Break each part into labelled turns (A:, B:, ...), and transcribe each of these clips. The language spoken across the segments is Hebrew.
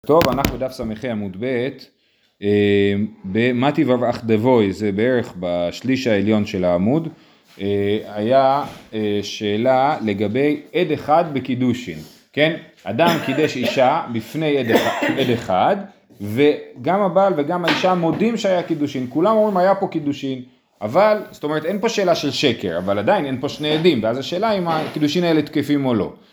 A: טוב, אנחנו בדף סמכי עמוד ב' במתי וברח דבוי, זה בערך בשליש העליון של העמוד, היה שאלה לגבי עד אחד בקידושין, כן? אדם קידש אישה בפני עד אחד, וגם הבעל וגם האישה מודים שהיה קידושין, כולם אומרים היה פה קידושין, אבל, זאת אומרת, אין פה שאלה של שקר, אבל עדיין אין פה שני עדים, ואז השאלה אם הקידושין האלה תקפים או לא.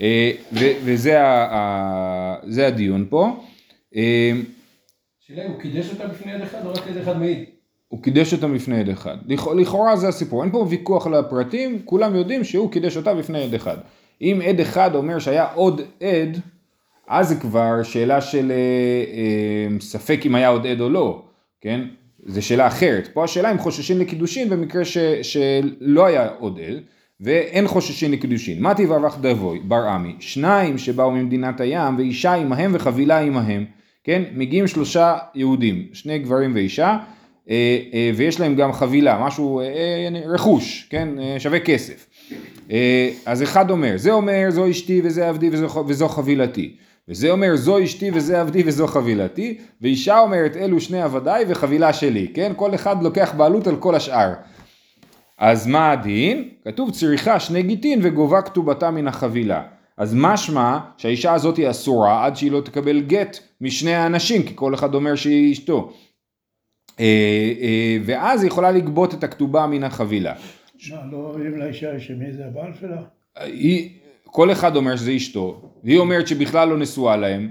A: וזה הדיון פה.
B: שאלה, הוא קידש אותה בפני עד אחד או רק עד אחד מעיד?
A: הוא קידש אותה בפני עד אחד. לכאורה זה הסיפור, אין פה ויכוח על הפרטים, כולם יודעים שהוא קידש אותה בפני עד אחד. אם עד אחד אומר שהיה עוד עד, אז זה כבר שאלה של ספק אם היה עוד עד או לא, כן? זה שאלה אחרת. פה השאלה אם חוששים לקידושין במקרה שלא היה עוד עד, ואין חוששים לקידושין. מתי וברח דבוי, בר עמי, שניים שבאו ממדינת הים, ואישה עמהם וחבילה עמהם, כן? מגיעים 3 יהודים, 2 גברים ואישה, ויש להם גם חבילה, משהו, רכוש, כן? שווה כסף. אז אחד אומר, זה אומר, זו אשתי וזה עבדי וזו חבילתי. וזה אומר, זו אשתי וזה עבדי וזו חבילתי, ואישה אומרת, אלו 2 עבדיי וחבילה שלי, כן? כל אחד לוקח בעלות על כל השאר. אז מה הדין? כתוב צריכה 2 גיטין וגובה כתובתה מן החבילה. אז משמע שהאישה הזאת היא אסורה עד שהיא לא תקבל גט משני האנשים, כי כל אחד אומר שהיא אשתו. ואז היא יכולה לגבות את הכתובה מן החבילה.
C: לא אומרים לאישה שמי זה הבעל שלה?
A: כל אחד אומר שזה אשתו, והיא אומרת שבכלל לא נשואה להם,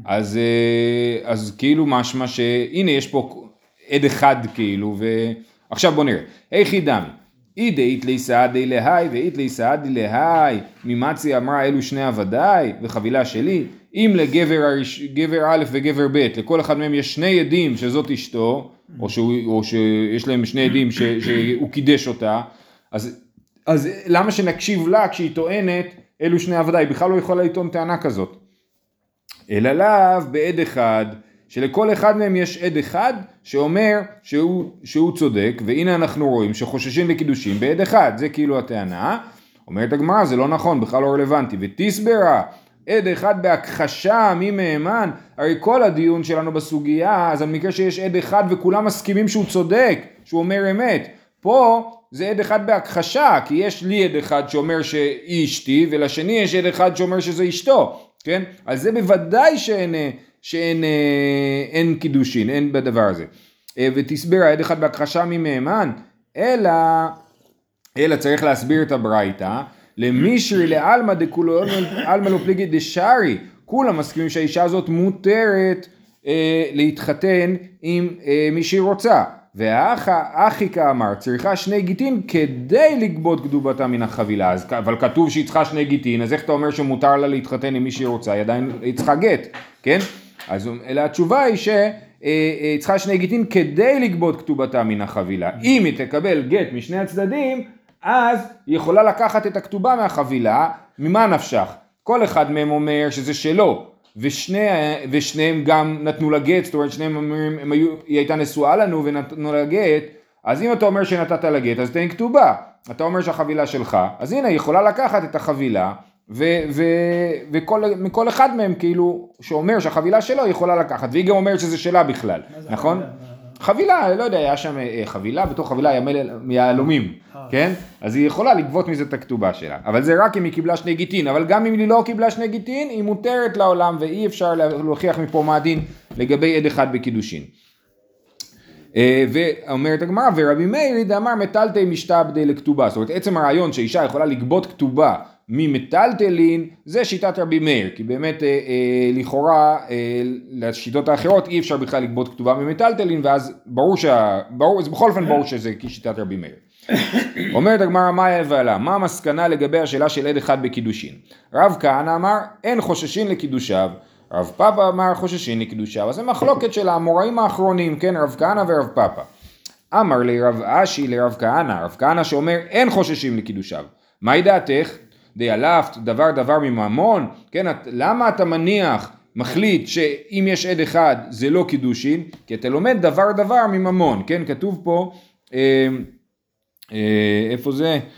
A: אז כאילו משמע שהנה יש פה עד אחד כאילו, ועכשיו בוא נראה. היכי דמי. אידאית לי סעדי להי ואית לי סעדי להי, ממצי אמרה אלו 2 עבדיי וחבילה שלי, אם לגבר א' וגבר ב', לכל אחד מהם יש 2 עדים שזאת אשתו, או שיש להם 2 עדים שהוא קידש אותה, אז למה שנקשיב לה כשהיא טוענת אלו 2 עבדיי, בכלל לא יכולה לטעון טענה כזאת. אלא לאו בעד אחד, שלכל אחד מהם יש עד אחד שאומר שהוא צודק, והנה אנחנו רואים שחוששים לקידושים בעד אחד, זה כאילו הטענה. אומרת הגמרא, זה לא נכון, בכלל לא רלוונטי. ותסברה, עד אחד בהכחשה, מי מהימן? הרי כל הדיון שלנו בסוגיה, אז במקרה שיש עד אחד וכולם מסכימים שהוא צודק, שהוא אומר אמת. פה זה עד אחד בהכחשה, כי יש לי עד אחד שאומר שהיא אשתי, ולשני יש עד אחד שאומר שזה אשתו, כן? אז זה בוודאי שאין קידושין, אין בדבר הזה. ותסביר העד אחד בהכחשה ממאמן, אלא צריך להסביר את הברייתא, למישרי לאלמה דכולו אלמה לא פליגי דשארי, כולם מסכימים שהאישה הזאת מותרת להתחתן עם מי שהיא רוצה, והאחי כאמר צריכה 2 גיטין כדי לגבות כתובתה מן החבילה, אבל כתוב שהיא צריכה 2 גיטין, אז איך אתה אומר שמותר לה להתחתן עם מי שהיא רוצה, היא עדיין צריכה גט, כן? אז אלא התשובה היא שהיא צריכה 2 גיטין כדי לגבות כתובתה מן החבילה. אם היא תקבל גט משני הצדדים, אז היא יכולה לקחת את הכתובה מהחבילה, ממה נפשך? כל אחד מהם אומר שזה שלו, ושניהם גם נתנו לה גט, זאת אומרת שניהם אומרים, היא הייתה נשואה לנו ונתנו לה גט, אז אם אתה אומר שנתת לה גט, אז תן כתובה. אתה אומר שהחבילה שלך, אז הנה היא יכולה לקחת את החבילה, ומכל אחד מהם כאילו שאומר שהחבילה שלו היא יכולה לקחת, והיא גם אומרת שזה שלה בכלל, נכון? חבילה, לא יודע, היה שם חבילה, בתוך חבילה היה מיהלומים, כן? אז היא יכולה לגבות מזה את הכתובה שלה, אבל זה רק אם היא קיבלה 2 גיטין, אבל גם אם היא לא קיבלה 2 גיטין, היא מותרת לעולם, ואי אפשר להוכיח מפה מה הדין לגבי עד אחד בקידושין. ואומרת הגמרא, ורבי מאיר דאמר מטלטל משתעבדי לכתובה, זאת אומרת עצם הרעיון שאישה יכולה לגבות כתובה ממטלטלין, זה שיטת רבי מאיר, כי באמת לכאורה לשיטות האחרות אי אפשר בכלל לגבות כתובה ממטלטלין, ואז ברור, בכל אופן ברור שזה כשיטת רבי מאיר. אומרת הגמרא, מה יבעלה? מה המסקנה לגבי השאלה של עד אחד בקידושין? רב כהנא אמר, אין חוששין לקידושיו, רב פאפא אמר חוששין לקידושיו, אז זה מחלוקת של האמוראים האחרונים, כן, רב כהנא ורב פאפא. אמר לי רב אשי לרב כהנא, רב כהנא שאומר, אין חוששים לקידושיו. מהי דעתך? דיאלפת דבר מממון, כן, למה אתה מחליט שאם יש עד אחד זה לא קידושין, כי אתה לומד דבר מממון, כן, כתוב פה, איפה זה?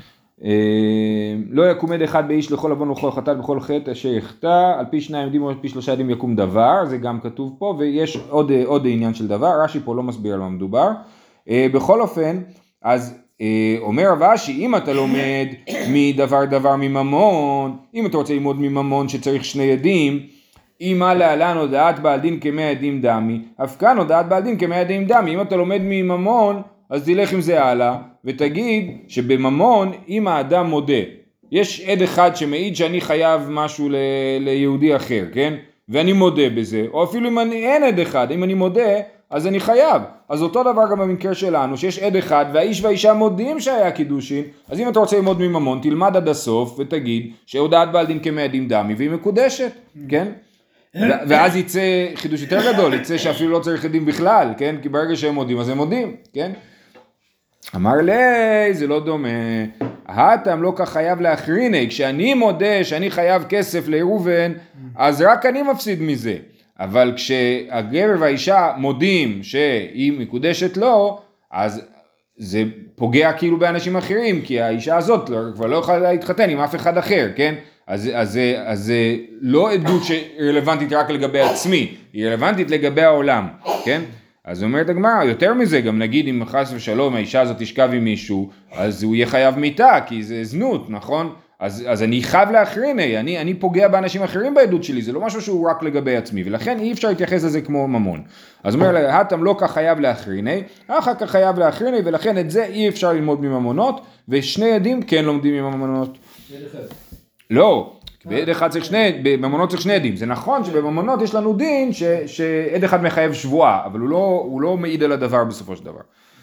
A: לא יקום עד אחד באיש לכל עוון ולכל חטאת בכל חטא אשר יחטא, על פי 2 עדים או על פי 3 עדים יקום דבר, זה גם כתוב פה, ויש עוד עניין של דבר, רש"י פה לא מסביר על מה מדובר. בכל אופן, אז אומר רב אשי, אם אתה לומד מדבר דבר מממון, אם אתה רוצה ללמוד מממון שצריך 2 עדים, אם להלן הודעת בעל דין כ100 עדים דמי, אף כאן הודעת בעל דין כ100 עדים דמי, אם אתה לומד מממון, אז תלך עם זה הלאה, ותגיד שבממון, אם האדם מודה, יש עד אחד שמעיד שאני חייב משהו ליהודי אחר, כן? ואני מודה בזה, או אפילו אם אין עד אחד, אם אני מודה, אז אני חייב. אז אותו דבר גם במקרה שלנו, שיש עד אחד, והאיש והאישה מודים שהיה קידושין, אז אם אתה רוצה ללמוד מממון, תלמד עד הסוף, ותגיד שהודעת בעל דין כ100 עדים דמי, והיא מקודשת, כן? ואז יצא חידוש יותר גדול, יצא שאפילו לא צריך עדים בכלל, כן? כי ברגע שהם מודים, אז הם מודים, כן? אמר לי, זה לא דומה, האטם לא כך חייב להחריני, כשאני מודה שאני חייב כסף לירובן, אז רק אני מפסיד מזה, אבל כשהגבר והאישה מודים שהיא מקודשת לו, אז זה פוגע כאילו באנשים אחרים, כי האישה הזאת כבר לא יכולה להתחתן עם אף אחד אחר, כן? אז זה לא עדות שרלוונטית רק לגבי עצמי, היא רלוונטית לגבי העולם, כן? אז אומרת הגמרא, יותר מזה, גם נגיד אם חס ושלום האישה הזאת תשכב עם מישהו, אז הוא יהיה חייב מיתה, כי זה זנות, נכון? אז אני חייב להחריני, אני פוגע באנשים אחרים בעדות שלי, זה לא משהו שהוא רק לגבי עצמי, ולכן אי אפשר להתייחס לזה כמו ממון. אז אומר לה, האטם לא כך חייב להחריני, אחר כך חייב להחריני, ולכן את זה אי אפשר ללמוד מממונות, ו2 עדים כן לומדים מממונות. לא, בעד אחד צריך בממונות צריך 2 עדים, זה נכון שבממונות יש לנו דין שעד אחד מחייב שבועה, אבל הוא לא מעיד על הדבר בסופו של דבר.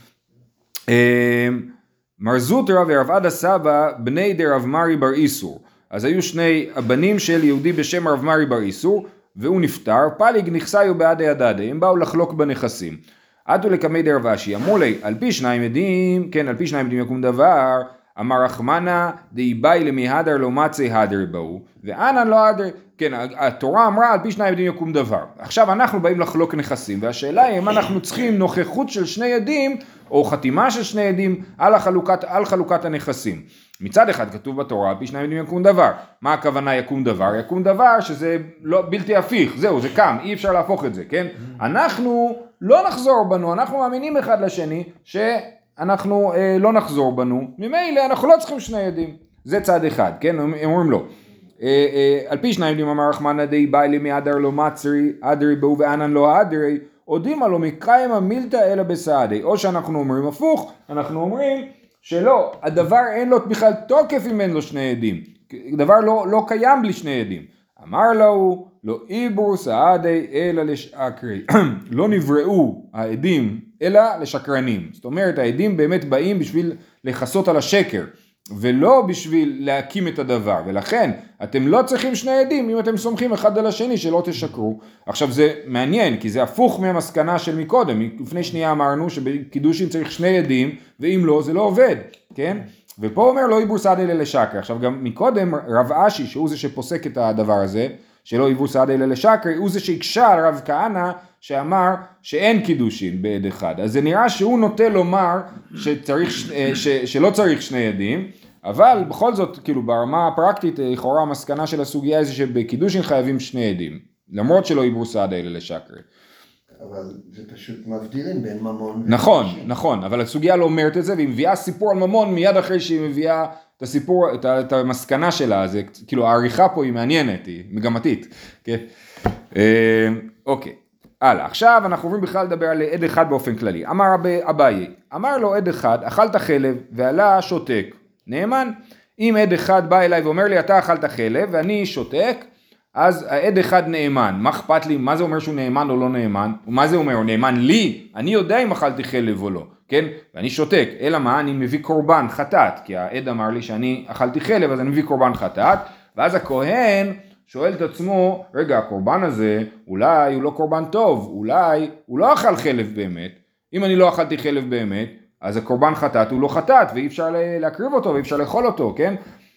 A: מר זוטרא ורב עדה סבא בני דרב מרי בר איסור, אז היו 2 הבנים של יהודי בשם רב מרי בר איסור, והוא נפטר, פליג נכסיו בעדי הדדי, הם באו לחלוק בנכסים. עדו לקמי דרב אשי, אמרו לי, על פי 2 עדים, כן, על פי 2 עדים יקום דבר, אמר רחמנה די באי למהדר לא מצי הדר באו, ואנן לא הדר, כן, התורה אמרה על פי 2 עדים יקום דבר. עכשיו אנחנו באים לחלוק נכסים, והשאלה היא אם אנחנו צריכים נוכחות של 2 עדים, או חתימה של 2 עדים על חלוקת הנכסים. מצד אחד כתוב בתורה, על פי 2 עדים יקום דבר. מה הכוונה יקום דבר? יקום דבר שזה לא, בלתי הפיך, זהו, זה קם, אי אפשר להפוך את זה, כן? אנחנו לא נחזור בנו, אנחנו מאמינים אחד לשני, אנחנו לא נחזור בנו, ממילא אנחנו לא צריכים 2 עדים, זה צד אחד, כן, הם אומרים לא. על פי 2 עדים אמר רחמנא די באי למהדר לא מצרי, הדרי באו ואנן לא הדרי, עודים עלו מקיימא מילתא אלא בסעדי, או שאנחנו אומרים הפוך, אנחנו אומרים שלא, הדבר אין לו בכלל תוקף אם אין לו 2 עדים, דבר לא קיים בלי 2 עדים. אמר לו, לא עיברו סעדי אלא לשקרי, לא נבראו העדים אלא לשקרנים, זאת אומרת העדים באמת באים בשביל לחסות על השקר, ולא בשביל להקים את הדבר, ולכן אתם לא צריכים 2 עדים אם אתם סומכים אחד על השני שלא תשקרו. עכשיו זה מעניין, כי זה הפוך מהמסקנה של מקודם, לפני שנייה אמרנו שבקידושין צריך 2 עדים, ואם לא זה לא עובד, כן? ופה אומר לא עיבור סעדי אלא לשקר. עכשיו גם מקודם רב אשי, שהוא זה שפוסק את הדבר הזה, שלא עיבור סעדי אלא לשקר, הוא זה שהקשה על רב כהנא, שאמר שאין קידושין בעד אחד. אז זה נראה שהוא נוטה לומר שלא צריך 2 עדים, אבל בכל זאת, כאילו ברמה הפרקטית, לכאורה המסקנה של הסוגיה זה שבקידושין חייבים 2 עדים, למרות שלא עיבור סעדי אלא לשקר.
D: אבל זה פשוט מבדילים בין ממון.
A: נכון, אבל הסוגיה לא אומרת את זה, והיא מביאה סיפור על ממון מיד אחרי שהיא מביאה את הסיפור, את המסקנה שלה, זה כאילו העריכה פה היא מעניינת, היא מגמתית, כן? אוקיי, הלאה, עכשיו אנחנו עוברים בכלל לדבר על עד אחד באופן כללי. אמר אביי, אמר לו עד אחד, אכלת חלב ועלה שותק, נאמן. אם עד אחד בא אליי ואומר לי אתה אכלת חלב ואני שותק, אז העד אחד נאמן. מה אכפת לי? מה זה אומר שהוא נאמן או לא נאמן? ומה זה אומר? הוא נאמן לי? אני יודע אם אכלתי חלב או לא, כן? ואני שותק. אלא מה? אני מביא קורבן חטאת, כי העד אמר לי שאני אכלתי חלב, אז אני מביא קורבן חטאת, ואז הכהן שואל את עצמו, רגע, הקורבן הזה, אולי הוא לא קורבן טוב, אולי הוא לא אכל חלב באמת. אם אני לא אכלתי חלב באמת, אז הקורבן חטאת הוא לא חטאת, ואי אפשר להקריב אותו, ואי אפשר לאכול אותו, כן?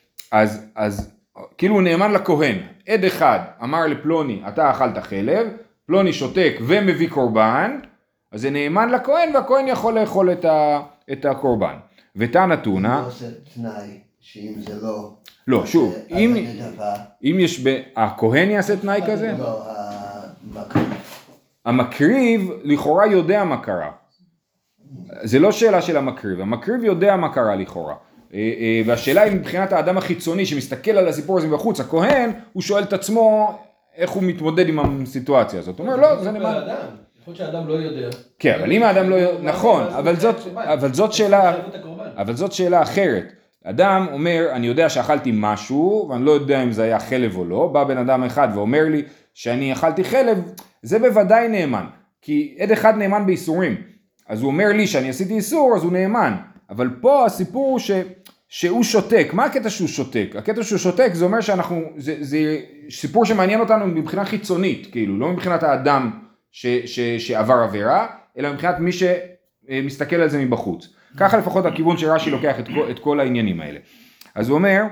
A: אז כאילו הוא נאמן לכהן. עד אחד אמר לפלוני, אתה אכלת חלב, פלוני שותק ומביא קורבן, אז זה נאמן לכהן, והכהן יכול לאכול את הקורבן. ותנא תונא,
D: זה עושה תנאי שאם זה לא...
A: לא, שוב,
D: אז הנדבה...
A: אם יש הכהן יעשה תנאי כזה?
D: לא, המקריב.
A: המקריב לכאורה יודע מה קרה. זה לא שאלה של המקריב, המקריב יודע מה קרה לכאורה. והשאלה היא מבחינת האדם החיצוני שמסתכל על הסיפור הזה מבחוץ, הכהן, הוא שואל את עצמו איך הוא מתמודד עם הסיטואציה הזאת. הוא אומר, לא, זה נאמן.
B: יכול להיות שהאדם לא יודע.
A: כן, אבל אם האדם לא יודע, נכון, אבל זאת שאלה אחרת. אדם אומר, אני יודע שאכלתי משהו, ואני לא יודע אם זה היה חלב או לא, בא בן אדם אחד ואומר לי שאני אכלתי חלב, זה בוודאי נאמן, כי עד אחד נאמן באיסורים, אז הוא אומר לי שאני עשיתי איסור, אז הוא נאמן, אבל פה הסיפור הוא שהוא שותק. מה הקטע שהוא שותק? הקטע שהוא שותק זה אומר זה סיפור שמעניין אותנו מבחינה חיצונית, כאילו, לא מבחינת האדם שעבר עבירה, אלא מבחינת מי שמסתכל על זה מבחוץ. ככה לפחות הכיוון שרש"י לוקח את כל העניינים האלה. אז הוא אומר,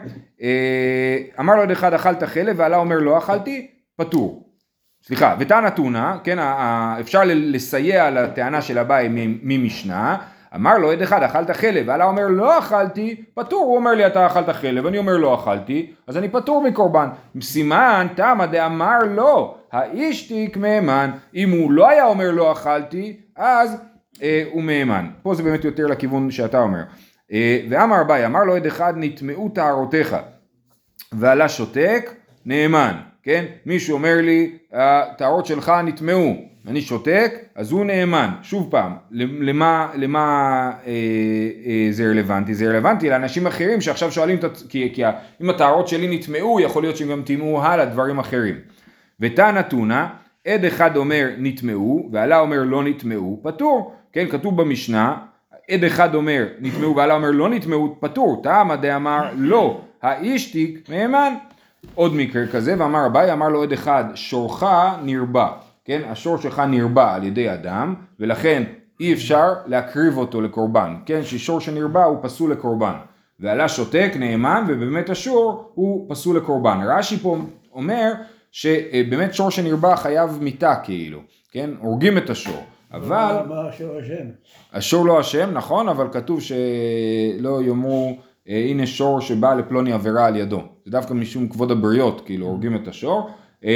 A: אמר לו עד אחד אכלת חלב, ועלה אומר לא אכלתי, פטור. סליחה, וטענה תונה, כן, אפשר לסייע לטענה של אביי ממשנה, אמר לו עד אחד אכלת חלב, ועלה אומר לא אכלתי, פטור. הוא אומר לי אתה אכלת חלב, אני אומר לא אכלתי, אז אני פטור מקורבן. סימן תמה דאמר לא, האישתיק מהימן. אם הוא לא היה אומר לא אכלתי, אז הוא מהימן. פה זה באמת יותר לכיוון שאתה אומר. ואמר אביי, אמר לו עד אחד נטמעו טהרותיך, ועלה שותק, נאמן. כן? מישהו אומר לי, הטהרות שלך נטמעו, אני שותק, אז הוא נאמן. שוב פעם, למה זה רלוונטי? זה רלוונטי לאנשים אחרים שעכשיו שואלים, כי אם הטהרות שלי נטמעו, יכול להיות שהם גם תימאו הלאה דברים אחרים. ותנא תונה, עד אחד אומר נטמעו, ועלה אומר לא נטמעו, פטור. כן, כתוב במשנה, עד אחד אומר נטמעו, ועלה אומר לא נטמעו, פטור. תמה דאמר לא, האישתיק מהימן. עוד מקרה כזה, ואמר אביי, אמר לו עד אחד, שורך נרבה, כן, השור שלך נרבה על ידי אדם, ולכן אי אפשר להקריב אותו לקורבן, כן, ששור שנרבה הוא פסול לקורבן, ועלה שותק נאמן, ובאמת השור הוא פסול לקורבן. רש"י פה אומר שבאמת שור שנרבה חייב מיתה כאילו, כן, הורגים את השור, אבל...
C: מה השור אשם?
A: השור לא אשם, נכון, אבל כתוב שלא יאמרו... הנה שור שבא לפלוני עבירה על ידו, זה דווקא משום כבוד הבריות, כאילו הורגים את השור,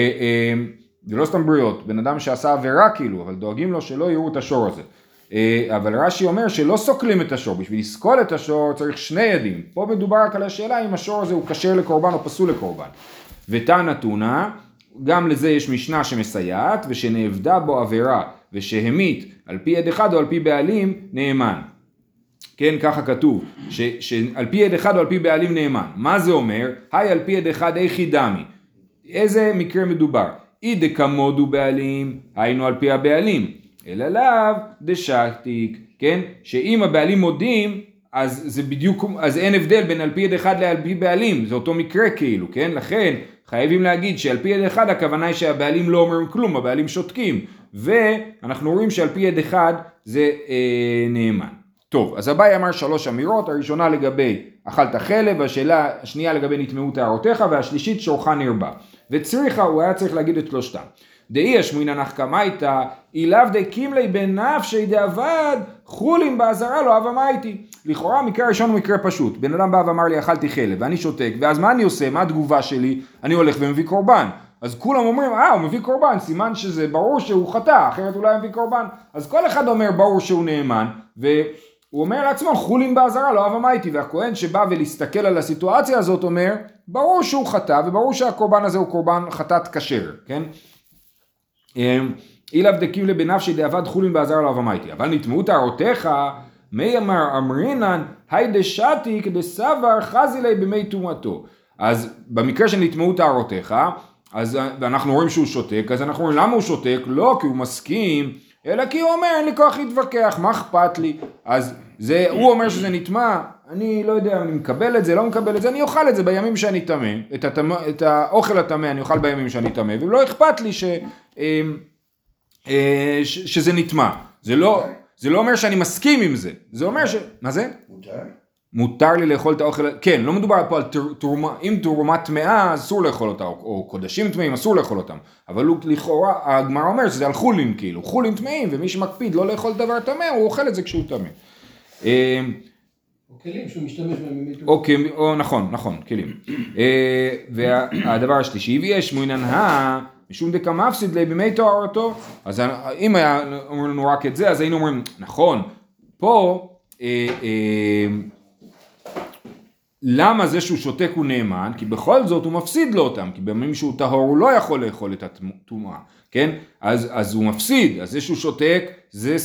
A: זה לא סתם בריות, בן אדם שעשה עבירה כאילו, אבל דואגים לו שלא יראו את השור הזה, אבל רש"י אומר שלא סוקלים את השור, בשביל לסקול את השור צריך שני ידים, פה מדובר רק על השאלה אם השור הזה הוא כשר לקורבן או פסול לקורבן. ותנא תונה, גם לזה יש משנה שמסייעת, ושנאבדה בו עבירה ושהמית על פי עד אחד או על פי בעלים נאמן. כן, ככה כתוב, שעל פי עד אחד או על פי בעלים נאמן. מה זה אומר? היי על פי עד אחד איכי דמי. איזה מקרה מדובר? אי דקמודו בעלים, היינו על פי הבעלים. אלא לאו דשתיק, כן? שאם הבעלים מודים, אז זה בדיוק, אז אין הבדל בין על פי עד אחד לעל פי בעלים. זה אותו מקרה כאילו, כן? לכן חייבים להגיד שעל פי עד אחד הכוונה היא שהבעלים לא אומרים כלום, הבעלים שותקים. ואנחנו רואים שעל פי עד אחד זה נאמן. טוב, אז אביי אמר 3 אמירות, הראשונה לגבי אכלת חלב, השאלה השנייה לגבי נטמעו טהרותיך, והשלישית שורך נרבה. וצריכה, הוא היה צריך להגיד את שלושתם. דאי אשמעינן נחקמייתא, אילאו דקימלי בנפשי דאבד, חולין בעזרה לא אבא מייתי. לכאורה המקרה הראשון הוא מקרה פשוט. בן אדם בא ואמר לי אכלתי חלב, ואני שותק, ואז מה אני עושה? מה התגובה שלי? אני הולך ומביא קורבן. אז כולם אומרים, הוא מביא קורבן, סימן שזה ברור שהוא חטא, אחרת אולי מביא קורבן. אז כל אחד אומר ברור שהוא נאמן, הוא אומר לעצמו, חולין בעזרה, לא אבא מייתי, והכהן שבא ולהסתכל על הסיטואציה הזאת אומר, ברור שהוא חטא, וברור שהקורבן הזה הוא קורבן חטאת כשר, כן? אילאו דקימלי בנפשי דאבד חולין בעזרה, לא אבא מייתי, אבל נטמעו טהרותיך, מי אמרינן, היי דשתיק דסבר חזי לי במי טומאתו. אז במקרה של נטמעו טהרותיך, אז אנחנו רואים שהוא שותק, אז אנחנו רואים למה הוא שותק? לא כי הוא מסכים, אלא כי הוא אומר, אין לי כוח להתווכח, מה אכפת לי? אז הוא אומר שזה נטמע, אני לא יודע, אני מקבל את זה, לא מקבל את זה, אני אוכל את זה בימים שאני טמא, את האוכל הטמא אני אוכל בימים שאני טמא, ולא אכפת לי שזה נטמע. זה לא אומר שאני מסכים עם זה, זה אומר מה זה? מותר לי לאכול את האוכל, כן, לא מדובר פה על תרומה, אם תרומה טמאה אסור לאכול אותה, או קודשים טמאים אסור לאכול אותם, אבל לכאורה, הגמרא אומר שזה על חולין כאילו, חולין טמאים, ומי שמקפיד לא לאכול דבר טמא, הוא אוכל את זה כשהוא טמא.
B: או כלים שהוא משתמש בהם.
A: או נכון, כלים. והדבר השלישי, ויש מוינן משום דקה מפסיד לי במי תוארתו, אז אם היה אומר לנו רק את זה, אז היינו אומרים, נכון, פה, למה זה שהוא שותק הוא נאמן? כי בכל זאת הוא מפסיד לו אותם, כי בימים שהוא טהור הוא לא יכול לאכול את הטומאה, כן? אז הוא מפסיד, אז זה שהוא שותק, זה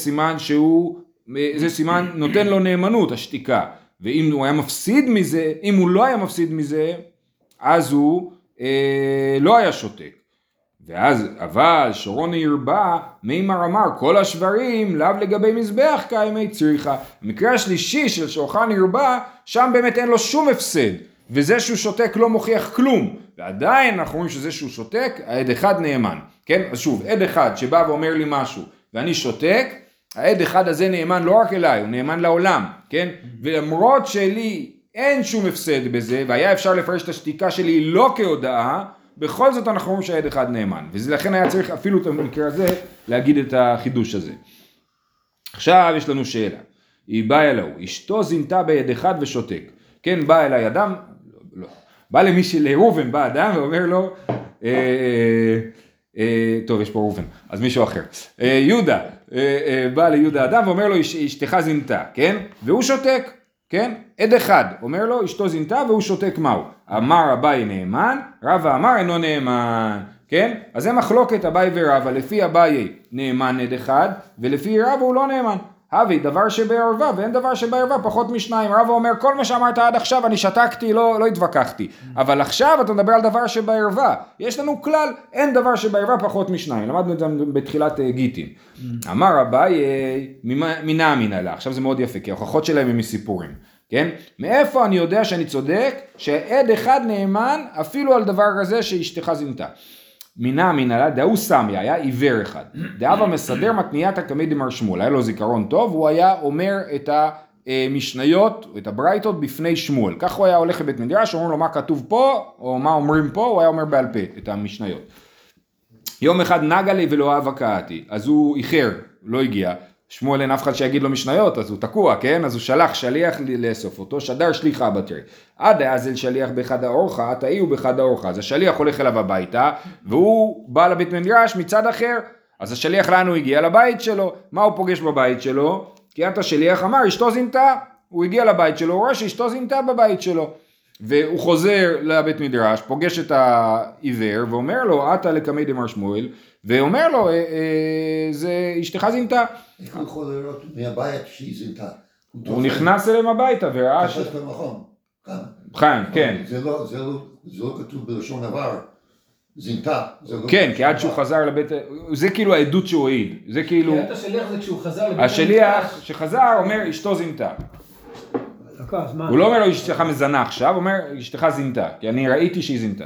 A: סימן נותן לו נאמנות, השתיקה, ואם הוא היה מפסיד מזה, אם הוא לא היה מפסיד מזה, אז הוא לא היה שותק. ואז, אבל שורון ירבה, מימר אמר, כל השברים לאו לגבי מזבח כימי צריכה. במקרה השלישי של שורחן ירבה, שם באמת אין לו שום הפסד, וזה שהוא שותק לא מוכיח כלום, ועדיין אנחנו רואים שזה שהוא שותק, העד אחד נאמן, כן? אז שוב, עד אחד שבא ואומר לי משהו, ואני שותק, העד אחד הזה נאמן לא רק אליי, הוא נאמן לעולם, כן? ולמרות שלי אין שום הפסד בזה, והיה אפשר לפרש את השתיקה שלי לא כהודאה, בכל זאת אנחנו רואים שהעד אחד נאמן, ולכן היה צריך אפילו את המקרה הזה להגיד את החידוש הזה. עכשיו יש לנו שאלה, היא באה אליו, אשתו זינתה ביד אחד ושותק, כן, בא אליי אדם, לא, בא לראובן, בא אדם ואומר לו, טוב יש פה ראובן, אז מישהו אחר, יהודה, בא ליהודה אדם ואומר לו אשתך זינתה, כן, והוא שותק, כן? עד אחד אומר לו אשתו זינתה והוא שותק מהו? אמר אביי נאמן, רבא אמר אינו נאמן, כן? אז זה מחלוקת אביי ורבא, לפי אביי נאמן עד אחד ולפי רבא הוא לא נאמן. הווי דבר שבערבה ואין דבר שבערבה פחות משניים. רבא אומר כל מה שאמרת עד עכשיו אני שתקתי, לא התווכחתי, אבל עכשיו אתה מדבר על דבר שבערבה, יש לנו כלל אין דבר שבערבה פחות משניים, למדנו את זה בתחילת גיטין. אמר אביי מינה אמינה לה, עכשיו זה מאוד יפה כי ההוכחות שלהם הם מסיפורים, כן? מאיפה אני יודע שאני צודק שעד אחד נאמן אפילו על דבר כזה שאשתך זינתה? מינה לה, דאו סמי, היה עיוור אחד, דאבה מסדר מתניית כמי דמר שמואל, היה לו זיכרון טוב, הוא היה אומר את המשניות, את הברייתות בפני שמואל, כך הוא היה הולך לבית מדרש, אומרים לו מה כתוב פה, או מה אומרים פה, הוא היה אומר בעל פה את המשניות. יום אחד נגע לי ולא אהבה קראתי, אז הוא איחר, לא הגיע, שמואל אין אף אחד שיגיד לו משניות, אז הוא תקוע, כן? אז הוא שלח שליח לאסוף אותו, שדר שליחה בתרי. עד אז אל שליח באחד האורחה, תאי הוא באחד האורחה. אז השליח הולך אליו הביתה, והוא בא לבית מדרש מצד אחר. אז השליח לאן הוא הגיע? לבית שלו. מה הוא פוגש בבית שלו? כי את השליח אמר, אשתו זינתה. הוא הגיע לבית שלו, הוא רואה שאשתו זינתה בבית שלו. והוא חוזר לבית מדרש, פוגש את העיוור, ואומר לו, אתה לקמי דמר שמואל, ואומר לו, זה אשתך זינתה.
D: איך הוא יכול לראות מהבית שהיא זינתה?
A: הוא נכנס אליהם הביתה וראה
D: תפס במקום,
A: כאן, כן.
D: זה לא כתוב בלשון עבר, זינתה.
A: כן, כי עד שהוא חזר לבית, זה כאילו העדות שהוא העיד, זה כאילו...
B: כי השליח זה כשהוא חזר לבית...
A: השליח שחזר אומר אשתו זינתה. הוא לא אומר לו אשתך מזנה עכשיו, הוא אומר אשתך זינתה, כי אני ראיתי שהיא זינתה.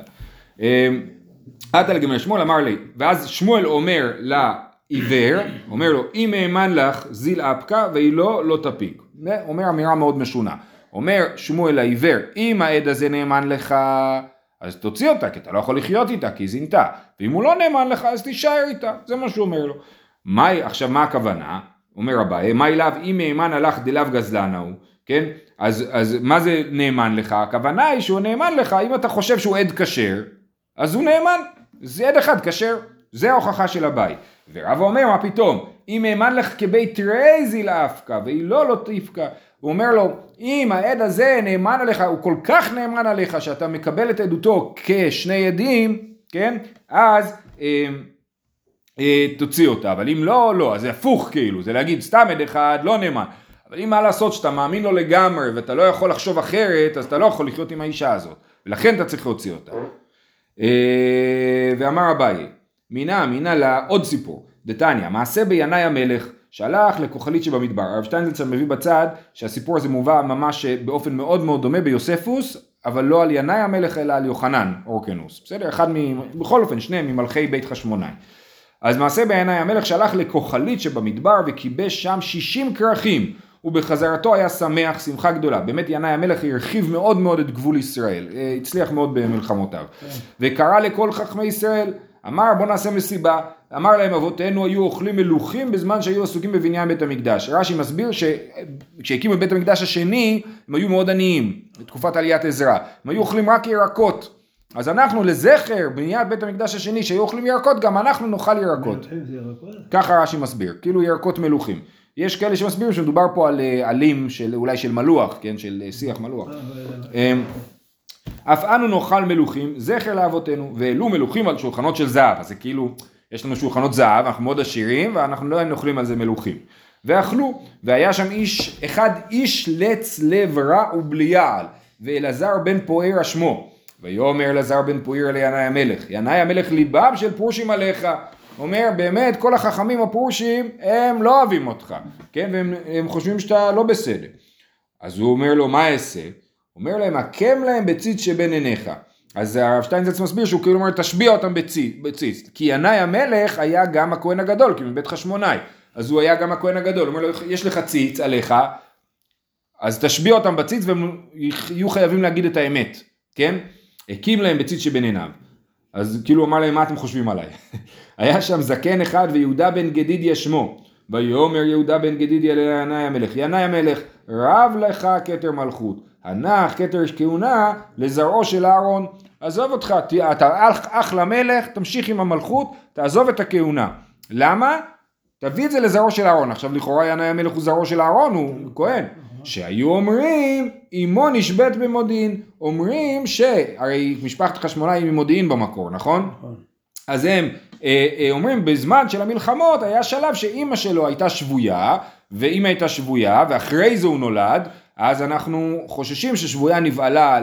A: עתה לגמרי שמואל אמר לי, ואז שמואל אומר לעיוור, אומר לו, אם האמן לך זיל אפקה והיא לא תפיק. אומר אמירה מאוד משונה. אומר שמואל לעיוור, אם העד הזה נאמן לך, אז תוציא אותה, כי אתה לא יכול לחיות איתה, כי היא זינתה. ואם הוא לא נאמן לך, אז תישאר איתה. זה מה שהוא אומר לו. עכשיו מה הכוונה? אומר אביי, מה אליו, אם האמן הלך דלאו גזלנה הוא, כן? אז מה זה נאמן לך? הכוונה היא שהוא נאמן לך, אם אתה חושב שהוא עד כשר, אז הוא נאמן, זה עד אחד כשר, זה ההוכחה של אביי. ורבא אומר, מה פתאום? אם נאמן לך כבית תראי זיל אפקה, והיא לא תפקה, הוא אומר לו, אם העד הזה נאמן עליך, הוא כל כך נאמן עליך, שאתה מקבל את עדותו כשני עדים, כן? אז תוציא אותה, אבל אם לא, אז זה הפוך כאילו, זה להגיד סתם עד אחד, לא נאמן. אבל אם מה לעשות שאתה מאמין לו לגמרי, ואתה לא יכול לחשוב אחרת, אז אתה לא יכול לחיות עם האישה הזאת, ולכן אתה צריך להוציא אותה. ואמר אביי, מינה לה עוד סיפור, דתניא, מעשה בינאי המלך, שהלך לכוחלית שבמדבר. הרב שטיינזלצר מביא בצד שהסיפור הזה מובא ממש באופן מאוד מאוד דומה ביוספוס, אבל לא על ינאי המלך אלא על יוחנן אורקנוס, בסדר? בכל אופן שניהם ממלכי בית חשמונאי. אז מעשה בינאי המלך שהלך לכוחלית שבמדבר וכיבש שם 60 כרכים, ובחזרתו היה שמח, שמחה גדולה. באמת ינאי המלך הרחיב מאוד מאוד את גבול ישראל, הצליח מאוד במלחמותיו. וקרא לכל חכמי ישראל, אמר בוא נעשה מסיבה, אמר להם אבותינו היו אוכלים מלוכים בזמן שהיו עסוקים בבניין בית המקדש. רש"י מסביר שכשהקימו את בית המקדש השני הם היו מאוד עניים, בתקופת עליית עזרא, הם היו אוכלים רק ירקות, אז אנחנו לזכר בניית בית המקדש השני שהיו אוכלים ירקות, גם אנחנו נאכל ירקות. ככה רש"י מסביר, כאילו ירקות מלוכים. יש כאלה שמסבירים שמדובר פה על עלים אולי של מלוח, כן, של שיח מלוח. אף אנו נאכל מלוכים, זכר לאבותינו, והעלו מלוכים על שולחנות של זהב, אז זה כאילו, יש לנו שולחנות זהב, אנחנו מאוד עשירים, ואנחנו לא נאכלים על זה מלוכים. ואכלו, והיה שם איש לץ לב רע ובליעל, ואלעזר בן פואר שמו, ויאמר אלעזר בן פואר לינאי המלך, ינאי המלך ליבם של פרושים עליך, אומר באמת כל החכמים הפרושים הם לא אוהבים אותך, כן, והם חושבים שאתה לא בסדר. אז הוא אומר לו מה אעשה? אומר להם, הקם להם בציץ שבין עיניך. אז הרב שטיינזלץ מסביר שהוא כאילו אומר, תשביע אותם בציץ. כי ינאי המלך היה גם הכהן הגדול, כי מבית חשמונאי. אז הוא היה גם הכהן הגדול. הוא אומר לו, יש לך ציץ עליך, אז תשביע אותם בציץ, והם יהיו חייבים להגיד את האמת. כן? הקים להם בציץ שבין עיניו. אז כאילו אמר להם, מה אתם חושבים עליי? היה שם זקן אחד, ויהודה בן גדידיה שמו. ויאמר יהודה בן גדידיה לינאי המלך. ינאי המלך, רב לך כתר מלכות. הנח כתר כהונה לזרעו של אהרון. עזוב אותך, אתה אח למלך, תמשיך עם המלכות, תעזוב את הכהונה. למה? תביא את זה לזרעו של אהרון. עכשיו לכאורה ינאי המלך הוא זרעו של אהרון, הוא כהן. שהיו אומרים, אמו נשבט במודיעין. אומרים הרי משפחת חשמונאי היא ממודיעין במקור, נכון? אז הם אומרים בזמן של המלחמות היה שלב שאמא שלו הייתה שבויה, ואמא הייתה שבויה, ואחרי זה הוא נולד, אז אנחנו חוששים ששבויה נבעלה,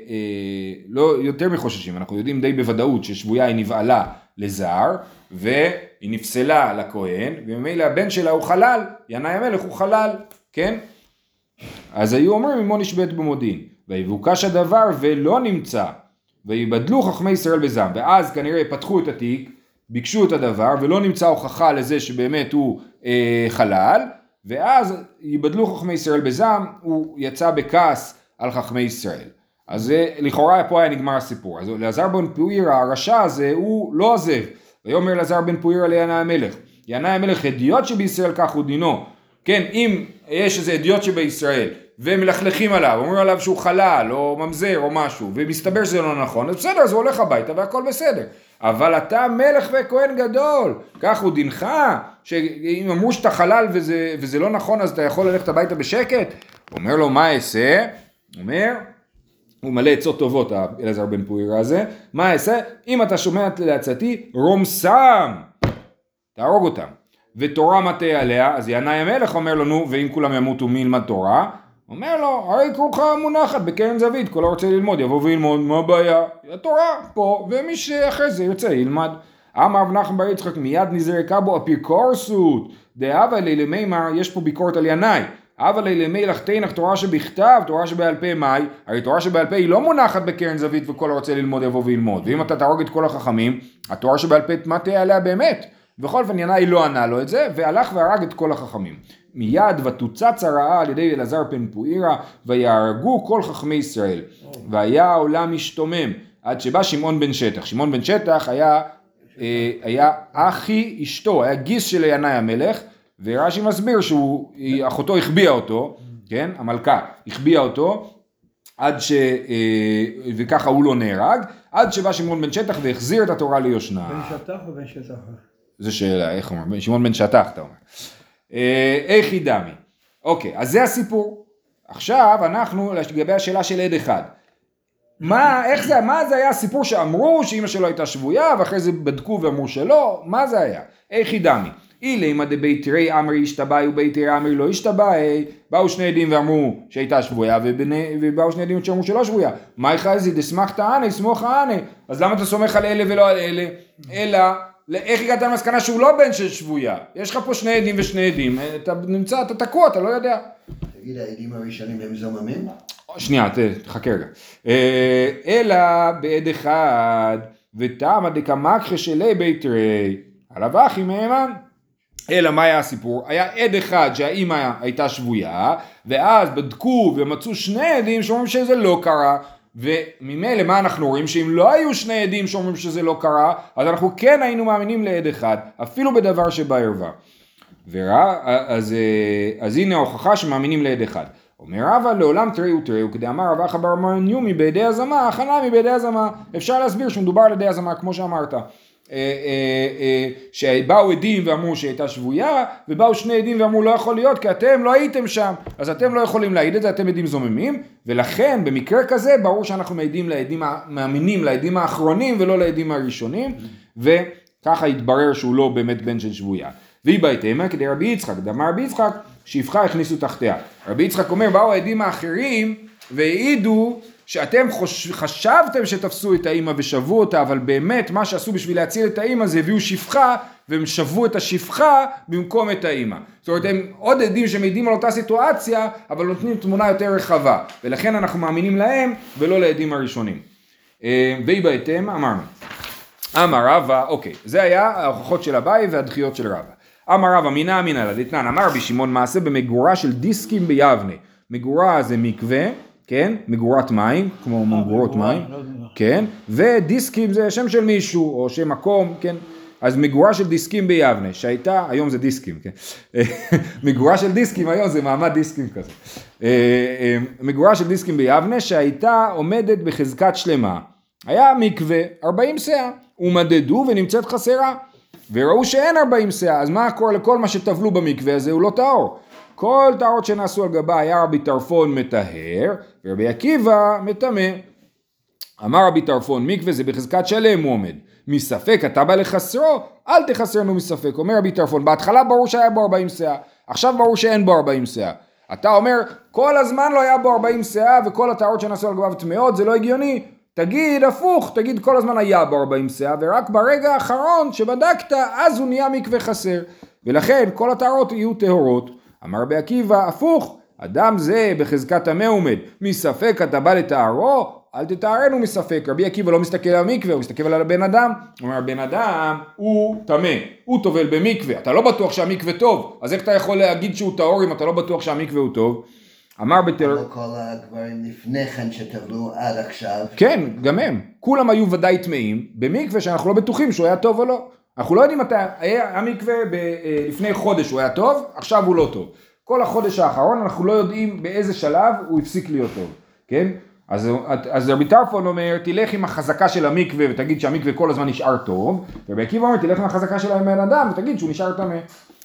A: לא יותר מחוששים, אנחנו יודעים די בוודאות ששבויה היא נבעלה לזר, והיא נפסלה לכהן, וממילא הבן שלה הוא חלל, ינאי המלך הוא חלל, כן? אז היו אומרים אמו נשבט במודיעין, ויבוקש הדבר ולא נמצא, ויבדלו חכמי ישראל בזעם, ואז כנראה פתחו את התיק, ביקשו את הדבר, ולא נמצא הוכחה לזה שבאמת הוא חלל, ואז יבדלו חכמי ישראל בזעם, הוא יצא בכעס על חכמי ישראל. אז לכאורה פה היה נגמר הסיפור. אז אלעזר בן פואר הרשע הזה הוא לא עוזב. ויאמר אלעזר בן פואר לינאי המלך, ינאי המלך הדיוט שבישראל כך הוא דינו. כן, אם יש איזה הדיוט שבישראל, ומלכלכים עליו, אומרים עליו שהוא חלל, או ממזר, או משהו, ומסתבר שזה לא נכון, אז בסדר, אז הוא הולך הביתה והכל בסדר. אבל אתה מלך וכהן גדול, כך הוא דינך, שאם אמרו שאתה חלל וזה לא נכון, אז אתה יכול ללכת הביתה בשקט? הוא אומר לו, מה אעשה? אומר, הוא מלא עצות טובות, אלעזר בן פואר הזה, מה אעשה? אם אתה שומע לעצתי, רומסם, תהרוג אותם. ותורה מטה עליה, אז ינאי המלך אומר לנו, ואם כולם ימותו מי ילמד תורה? אומר לו, הרי כרוכה מונחת בקרן זווית, כל הרוצה ללמוד, יבוא וילמוד, מה הבעיה? התורה פה, ומי שאחרי זה יוצא ילמד. אמר רב נחמן בר יצחק, מיד נזרקה בו אפיקורסות, דאבה לילי מימר, יש פה ביקורת על ינאי, אבה לילי מילך תנח תורה שבכתב, תורה שבעל פה מאי, הרי תורה שבעל פה היא לא מונחת בקרן זווית, וכל הרוצה ללמוד יבוא וילמוד, ואם אתה תהרוג את כל החכמים, התורה שבעל פה מטה עליה באמת. בכל אופן ינאי לא ענה לו את זה, והלך והרג את כל החכמים. מיד ותוצץ הרעה על ידי אלעזר בן פואר, ויהרגו כל חכמי ישראל. והיה העולם משתומם, עד שבא שמעון בן שטח. שמעון בן שטח היה אחי אשתו, היה גיס של ינאי המלך, ורש"י מסביר שאחותו החביאה אותו, כן, המלכה החביאה אותו, וככה הוא לא נהרג, עד שבא שמעון בן שטח והחזיר את התורה ליושנה.
C: בן שטח או בן שטח?
A: זו שאלה, איך אומר? שמעון בן שטח, אתה אומר. איך ידמי? אוקיי, אז זה הסיפור. עכשיו אנחנו לגבי השאלה של עד אחד. מה זה היה הסיפור שאמרו שאמא שלו הייתה שבויה, ואחרי זה בדקו ואמרו שלא? מה זה היה? איך ידמי? אילימה דבית תראי אמרי השתבאי ובית תראי אמרי לא השתבאי, באו שני עדים ואמרו שהייתה שבויה, ובאו שני עדים שאמרו שלא שבויה. מה יחזי דסמכת עני, סמוך עני. אז למה אתה סומך על אלה ולא על אלה? אלא, איך הגעת למסקנה שהוא לא בן של שבויה? יש לך פה שני עדים ושני עדים, אתה נמצא, אתה תקוע, אתה לא יודע.
D: תגיד, העדים הראשונים הם זוממים?
A: שנייה, תחכה רגע. אלא בעד אחד, ותמה דקמקחה שלי בית תראי, עליו אחי מהימן. אלא מה היה הסיפור? היה עד אחד שהאימא הייתה שבויה, ואז בדקו ומצאו שני עדים שאומרים שזה לא קרה, וממילא מה אנחנו רואים? שאם לא היו שני עדים שאומרים שזה לא קרה, אז אנחנו כן היינו מאמינים לעד אחד, אפילו בדבר שבערווה. אז הנה ההוכחה שמאמינים לעד אחד. אומר רבא לעולם תראו תראו, כדי אמר רבא אחא בר מניומי בידי הזמה, הכנה מבידי הזמה. אפשר להסביר שמדובר על ידי הזמה, כמו שאמרת. שבאו עדים ואמרו שהייתה שבויה, ובאו שני עדים ואמרו לא יכול להיות כי אתם לא הייתם שם, אז אתם לא יכולים להעיד את זה, אתם עדים זוממים, ולכן במקרה כזה ברור שאנחנו מאמינים לעדים האחרונים ולא לעדים הראשונים, וככה התברר שהוא לא באמת בן של שבויה. והיא בהתאמה כדי רבי יצחק, דאמר רבי יצחק שפחה הכניסו תחתיה. רבי יצחק אומר באו העדים האחרים והעידו שאתם חשבתם שתפסו את האמא ושבו אותה, אבל באמת מה שעשו בשביל להציל את האמא זה הביאו שפחה, והם שבו את השפחה במקום את האמא. זאת אומרת, הם עוד עדים שמעידים על אותה סיטואציה, אבל נותנים תמונה יותר רחבה, ולכן אנחנו מאמינים להם ולא לעדים הראשונים. והיא בהתאם, אמרנו. אמר רבא, אוקיי, זה היה ההוכחות של אביי והדחיות של רבא. אמר רבא, מינה אמינא לה דתנן, אמר רבי שמעון מעשה במגורה של דיסקים ביבנה. מגורה זה מקווה, כן, מגורת מים, כמו מגורות מים, כן, ודיסקים זה שם של מישהו, או שם מקום, כן, אז מגורה של דיסקים ביבנה, שהייתה, היום זה דיסקים, כן, מגורה של דיסקים היום זה מעמד דיסקים כזה, מגורה של דיסקים ביבנה, שהייתה עומדת בחזקת שלמה, היה מקווה 40 סאה, ומדדו ונמצאת חסרה, וראו שאין 40 סאה, אז מה קורה לכל מה שטבלו במקווה הזה, הוא לא טהור. כל טהרות שנעשו על גבה היה רבי טרפון מטהר, ורבי עקיבא מטמא. אמר רבי טרפון, מקווה זה בחזקת שלם הוא עומד. מספק אתה בא לחסרו, אל תחסרנו מספק. אומר רבי טרפון, בהתחלה ברור שהיה בו 40 סאה, עכשיו ברור שאין בו 40 סאה. אתה אומר, כל הזמן לא היה בו 40 סאה, וכל הטהרות שנעשו על גביו טמאות, זה לא הגיוני. תגיד הפוך, תגיד כל הזמן היה בו 40 סאה, ורק ברגע האחרון שבדקת, אז הוא נהיה מקווה חסר. ולכן כל הטהרות יהיו טהורות. אמר רבי עקיבא, הפוך, אדם זה בחזקת טמא עומד, מספק אתה בא לטהרו, אל תטהרנו מספק. רבי עקיבא לא מסתכל על המקווה, הוא מסתכל על הבן אדם, הוא אומר, הבן אדם הוא טמא, הוא טובל במקווה, אתה לא בטוח שהמקווה טוב, אז איך אתה יכול להגיד שהוא טהור אם אתה לא בטוח שהמקווה הוא טוב? אמר
D: אבל כל הגברים לפני כן שטבלו עד עכשיו.
A: כן, גם הם, כולם היו ודאי טמאים, במקווה שאנחנו לא בטוחים שהוא היה טוב או לא. אנחנו לא יודעים מתי, המקווה לפני חודש הוא היה טוב, עכשיו הוא לא טוב. כל החודש האחרון אנחנו לא יודעים באיזה שלב הוא הפסיק להיות טוב, כן? אז רבי טרפון אומר, תלך עם החזקה של המקווה ותגיד שהמקווה כל הזמן נשאר טוב, ורבי עקיבא אומר, תלך עם החזקה של הבן אדם ותגיד שהוא נשאר טמא.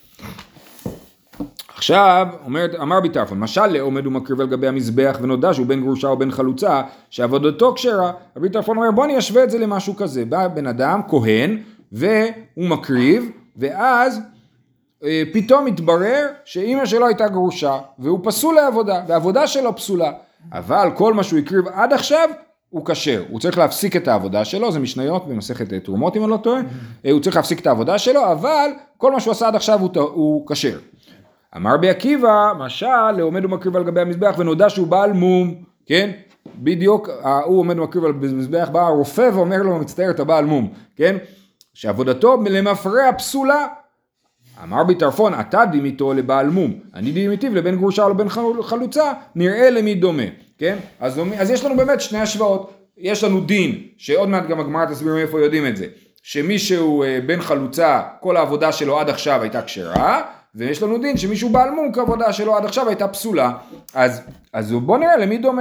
A: עכשיו, אמר רבי טרפון, משל לעומד ומקריב על גבי המזבח ונודע שהוא בן גרושה או בן חלוצה, שעבודתו כשרה. רבי טרפון אומר, בוא נשווה את זה למשהו כזה. בא בן אדם, כהן, והוא מקריב, ואז פתאום מתברר שאמא שלו הייתה גרושה, והוא פסול לעבודה, והעבודה שלו פסולה. אבל כל מה שהוא הקריב עד עכשיו, הוא כשר. הוא צריך להפסיק את העבודה שלו, זה משניות במסכת תרומות אם אני לא טועה, הוא צריך להפסיק את העבודה שלו, אבל כל מה שהוא עשה עד עכשיו הוא כשר. אמר רבי עקיבא, משל לעומד ומקריב על גבי המזבח ונודע שהוא בעל מום, כן? בדיוק, הוא עומד ומקריב על המזבח, בא הרופא ואומר לו, מצטער, אתה בעל מום, כן? שעבודתו למפרע פסולה. אמר רבי טרפון, אתה דימיתו לבעל מום, אני דימיתיו לבן גרושה או לבן חלוצה, נראה למי דומה, כן? אז יש לנו באמת שני השוואות, יש לנו דין, שעוד מעט גם הגמרא תסביר מאיפה יודעים את זה, שמישהו בן חלוצה, כל העבודה שלו עד עכשיו הייתה כשרה, ויש לנו דין שמישהו בעל מום, כעבודה שלו עד עכשיו הייתה פסולה, אז בוא נראה למי דומה.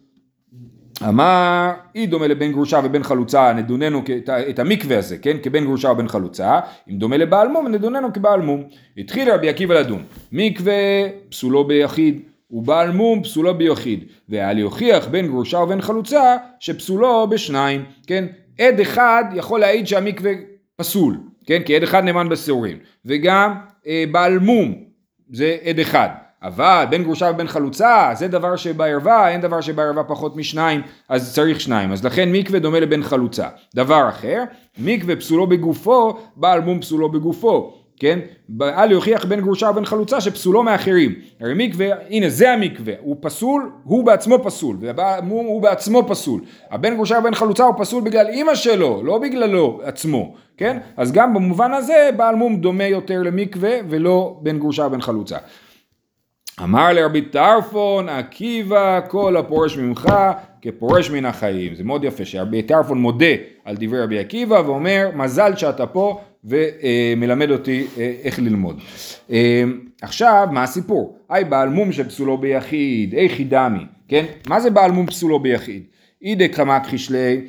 A: אמר, היא דומה לבן גרושה ובן חלוצה, נדוננו את המקווה הזה, כן? כבן גרושה ובן חלוצה, אם דומה לבעל מום, נדוננו כבעל מום. התחיל רבי עקיבא לדון, מקווה פסולו ביחיד, ובעל מום פסולו ביחיד, והיה להוכיח בן גרושה ובן חלוצה, שפסולו בשניים, כן? עד אחד יכול להעיד שהמקווה פסול, כן? כי עד אחד נאמן בשעורים, וגם בעל מום, זה עד אחד. אבל בין גרושה ובין חלוצה, זה דבר שבערווה, אין דבר שבערווה פחות משניים, אז צריך שניים. אז לכן מקווה דומה לבן חלוצה. דבר אחר, מקווה פסולו בגופו, בעל מום פסולו בגופו, כן? אל יוכיח בין גרושה ובין חלוצה שפסולו מאחרים. הרי מקווה, הנה זה המקווה, הוא פסול, הוא בעצמו פסול, ובעל מום הוא בעצמו פסול. הבן גרושה ובין חלוצה הוא פסול בגלל אמא שלו, לא בגללו עצמו, כן? אז גם במובן הזה, בעל מום דומה יותר למקווה, ולא בין גרושה ובין חלוצה. אמר לרבי טרפון, עקיבא, כל הפורש ממך, כפורש מן החיים. זה מאוד יפה שרבי טרפון מודה על דברי רבי עקיבא ואומר מזל שאתה פה ומלמד אותי איך ללמוד. עכשיו מה הסיפור? בעל מום שפסולו ביחיד, איך דמי, כן? מה זה בעל מום פסולו ביחיד? אידה קמא כחישלי,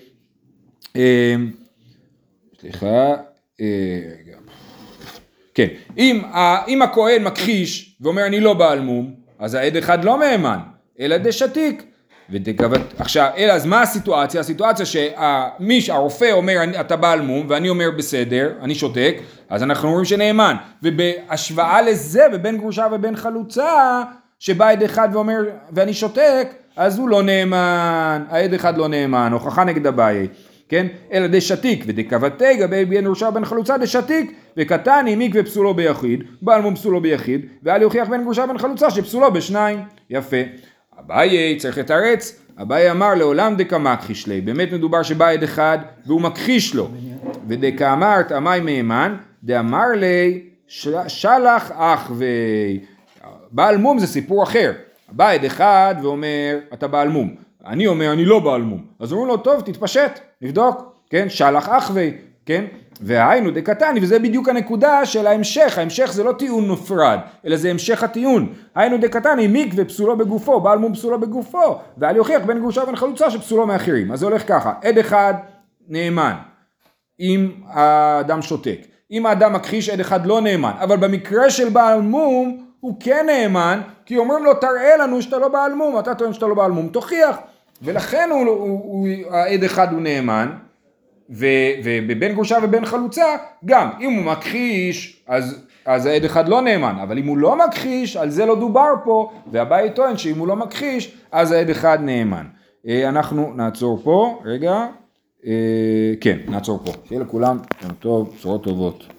A: סליחה, כן, אם הכהן מכחיש ואומר אני לא בעל מום, אז העד אחד לא מהימן, אלא דשתיק. עכשיו, אז מה הסיטואציה? הסיטואציה שהרופא אומר אתה בעל מום ואני אומר בסדר, אני שותק, אז אנחנו אומרים שנאמן. ובהשוואה לזה, בבין גרושה ובין חלוצה, שבא עד אחד ואומר ואני שותק, אז הוא לא נאמן, העד אחד לא נאמן, הוכחה נגד אביי. כן? אלא דשתיק ודקבתי גבי בין גרושה ובין חלוצה דשתיק וקטני מקווה פסולו ביחיד, בעל מום פסולו ביחיד, ואל יוכיח בין גרושה ובין חלוצה שפסולו בשניים. יפה. אביי צריך לתרץ, אביי אמר לעולם דקמא כחישלי, באמת מדובר שבא עד אחד והוא מכחיש לו, ודקאמרת אמי מהימן, דאמר לי שלח אחווי. בעל מום זה סיפור אחר, בא עד אחד ואומר אתה בעל מום, אני אומר אני לא בעל מום, אז אומרים לו טוב תתפשט, נבדוק, כן, שלח אחווי, כן, והיינו דקתני, וזה בדיוק הנקודה של ההמשך, ההמשך זה לא טיעון נפרד, אלא זה המשך הטיעון, היינו דקתני, מקווה פסולו בגופו, בעל מום פסולו בגופו, ואל יוכיח בין גרושה ובין חלוצה שפסולו מאחרים. אז זה הולך ככה, עד אחד נאמן, אם האדם שותק, אם האדם מכחיש עד אחד לא נאמן, אבל במקרה של בעל מום, הוא כן נאמן, כי אומרים לו תראה לנו שאתה לא בעל מום, אתה טוען שאתה לא בעל מום, תוכיח, ולכן העד אחד הוא נאמן, ובבין גרושה ובין חלוצה, גם אם הוא מכחיש, אז העד אחד לא נאמן, אבל אם הוא לא מכחיש, על זה לא דובר פה, והבית טוען שאם הוא לא מכחיש, אז העד אחד נאמן. אנחנו נעצור פה, רגע, כן, נעצור פה. שיהיה לכולם יום טוב, בשורות טובות.